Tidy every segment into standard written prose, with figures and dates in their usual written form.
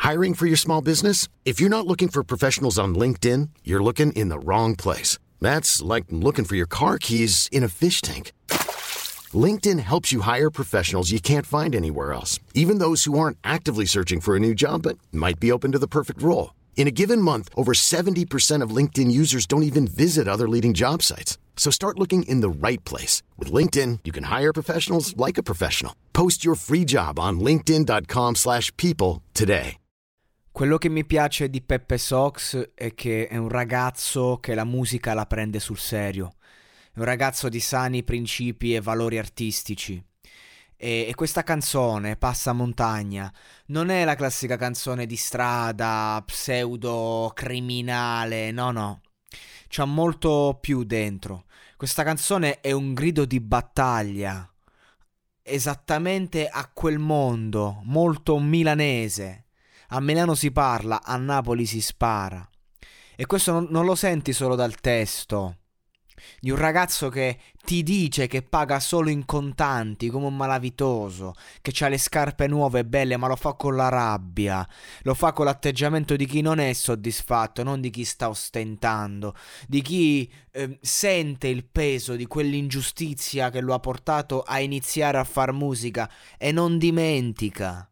Hiring for your small business? If you're not looking for professionals on LinkedIn, you're looking in the wrong place. That's like looking for your car keys in a fish tank. LinkedIn helps you hire professionals you can't find anywhere else, even those who aren't actively searching for a new job but might be open to the perfect role. In a given month, over 70% of LinkedIn users don't even visit other leading job sites. So start looking in the right place. With LinkedIn, you can hire professionals like a professional. Post your free job on linkedin.com/people today. Quello che mi piace di Peppe Sox è che è un ragazzo che la musica la prende sul serio. È un ragazzo di sani principi e valori artistici. E questa canzone, Passa Montagna, non è la classica canzone di strada, pseudo criminale, no. C'ha molto più dentro. Questa canzone è un grido di battaglia, esattamente a quel mondo, molto milanese. A Milano si parla, a Napoli si spara. E questo non lo senti solo dal testo, di un ragazzo che ti dice che paga solo in contanti come un malavitoso, che ha le scarpe nuove belle ma lo fa con la rabbia, lo fa con l'atteggiamento di chi non è soddisfatto, non di chi sta ostentando, di chi sente il peso di quell'ingiustizia che lo ha portato a iniziare a far musica e non dimentica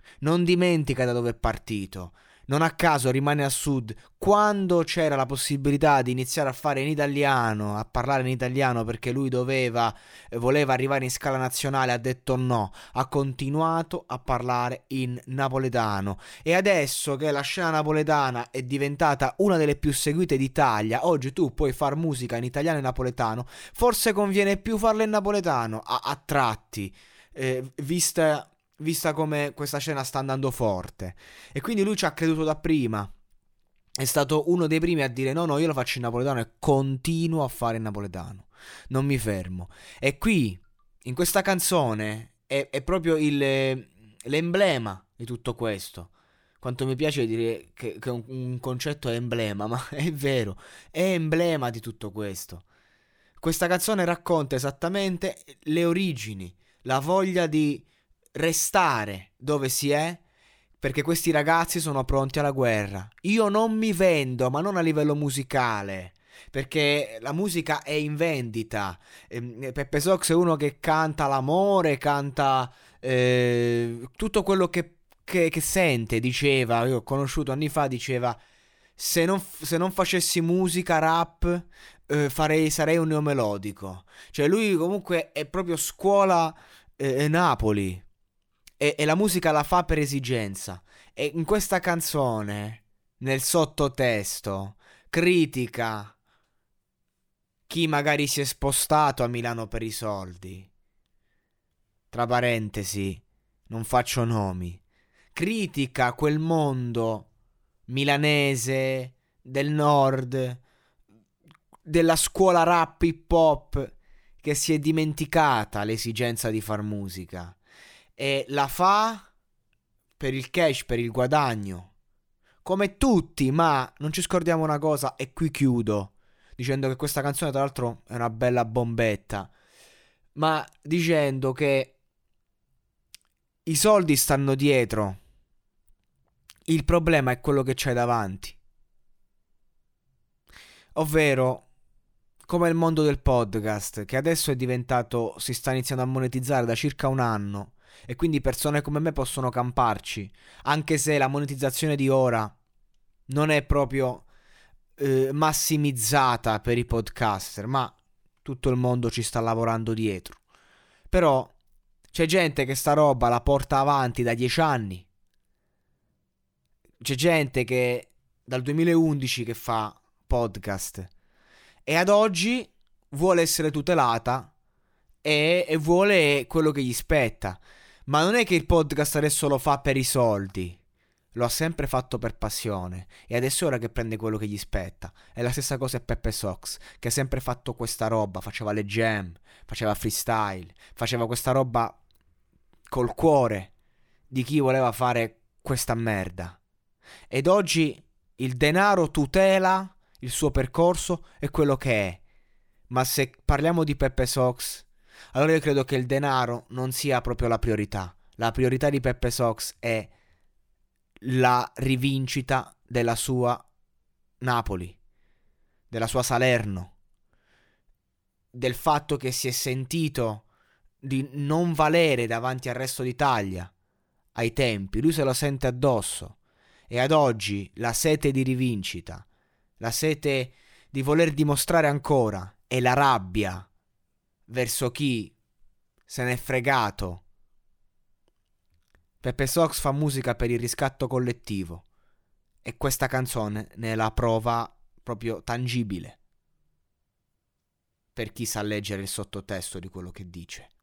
da dove è partito. Non a caso rimane a sud. Quando c'era la possibilità di iniziare a fare in italiano, a parlare in italiano perché lui voleva arrivare in scala nazionale, ha detto no, ha continuato a parlare in napoletano. E adesso che la scena napoletana è diventata una delle più seguite d'Italia, oggi tu puoi far musica in italiano e napoletano, forse conviene più farla in napoletano a tratti, vista come questa scena sta andando forte. E quindi lui ci ha creduto da prima. È stato uno dei primi a dire no, io lo faccio in napoletano e continuo a fare in napoletano. Non mi fermo. E qui, in questa canzone, è proprio l'emblema di tutto questo. Quanto mi piace dire che un concetto è emblema, ma è vero, è emblema di tutto questo. Questa canzone racconta esattamente le origini, la voglia di restare dove si è, perché questi ragazzi sono pronti alla guerra. Io non mi vendo, ma non a livello musicale, perché la musica è in vendita. Peppe Sox è uno che canta l'amore, canta tutto quello che sente. Diceva, io ho conosciuto anni fa, diceva se non facessi musica rap sarei un neomelodico. Cioè lui comunque è proprio scuola Napoli. E la musica la fa per esigenza. E in questa canzone, nel sottotesto, critica chi magari si è spostato a Milano per i soldi. Tra parentesi, non faccio nomi. Critica quel mondo milanese, del nord, della scuola rap hip hop che si è dimenticata l'esigenza di far musica. E la fa per il cash, per il guadagno, come tutti, ma non ci scordiamo una cosa, e qui chiudo dicendo che questa canzone tra l'altro è una bella bombetta, ma dicendo che i soldi stanno dietro, il problema è quello che c'hai davanti, ovvero come il mondo del podcast, che adesso si sta iniziando a monetizzare da circa un anno. E quindi persone come me possono camparci, anche se la monetizzazione di ora non è proprio massimizzata per i podcaster, ma tutto il mondo ci sta lavorando dietro. Però c'è gente che sta roba la porta avanti da 10 anni. C'è gente che dal 2011 che fa podcast e ad oggi vuole essere tutelata e vuole quello che gli spetta. Ma non è che il podcast adesso lo fa per i soldi, lo ha sempre fatto per passione e adesso è ora che prende quello che gli spetta. E la stessa cosa è Peppe Sox, che ha sempre fatto questa roba, faceva le jam, faceva freestyle, faceva questa roba col cuore di chi voleva fare questa merda. Ed oggi il denaro tutela il suo percorso e quello che è. Ma se parliamo di Peppe Sox, allora io credo che il denaro non sia proprio la priorità. La priorità di Peppe Sox è la rivincita della sua Napoli, della sua Salerno, del fatto che si è sentito di non valere davanti al resto d'Italia ai tempi. Lui se lo sente addosso, e ad oggi la sete di rivincita, la sete di voler dimostrare ancora, e la rabbia verso chi se n'è fregato. Peppe Sox fa musica per il riscatto collettivo, e questa canzone ne è la prova proprio tangibile per chi sa leggere il sottotesto di quello che dice.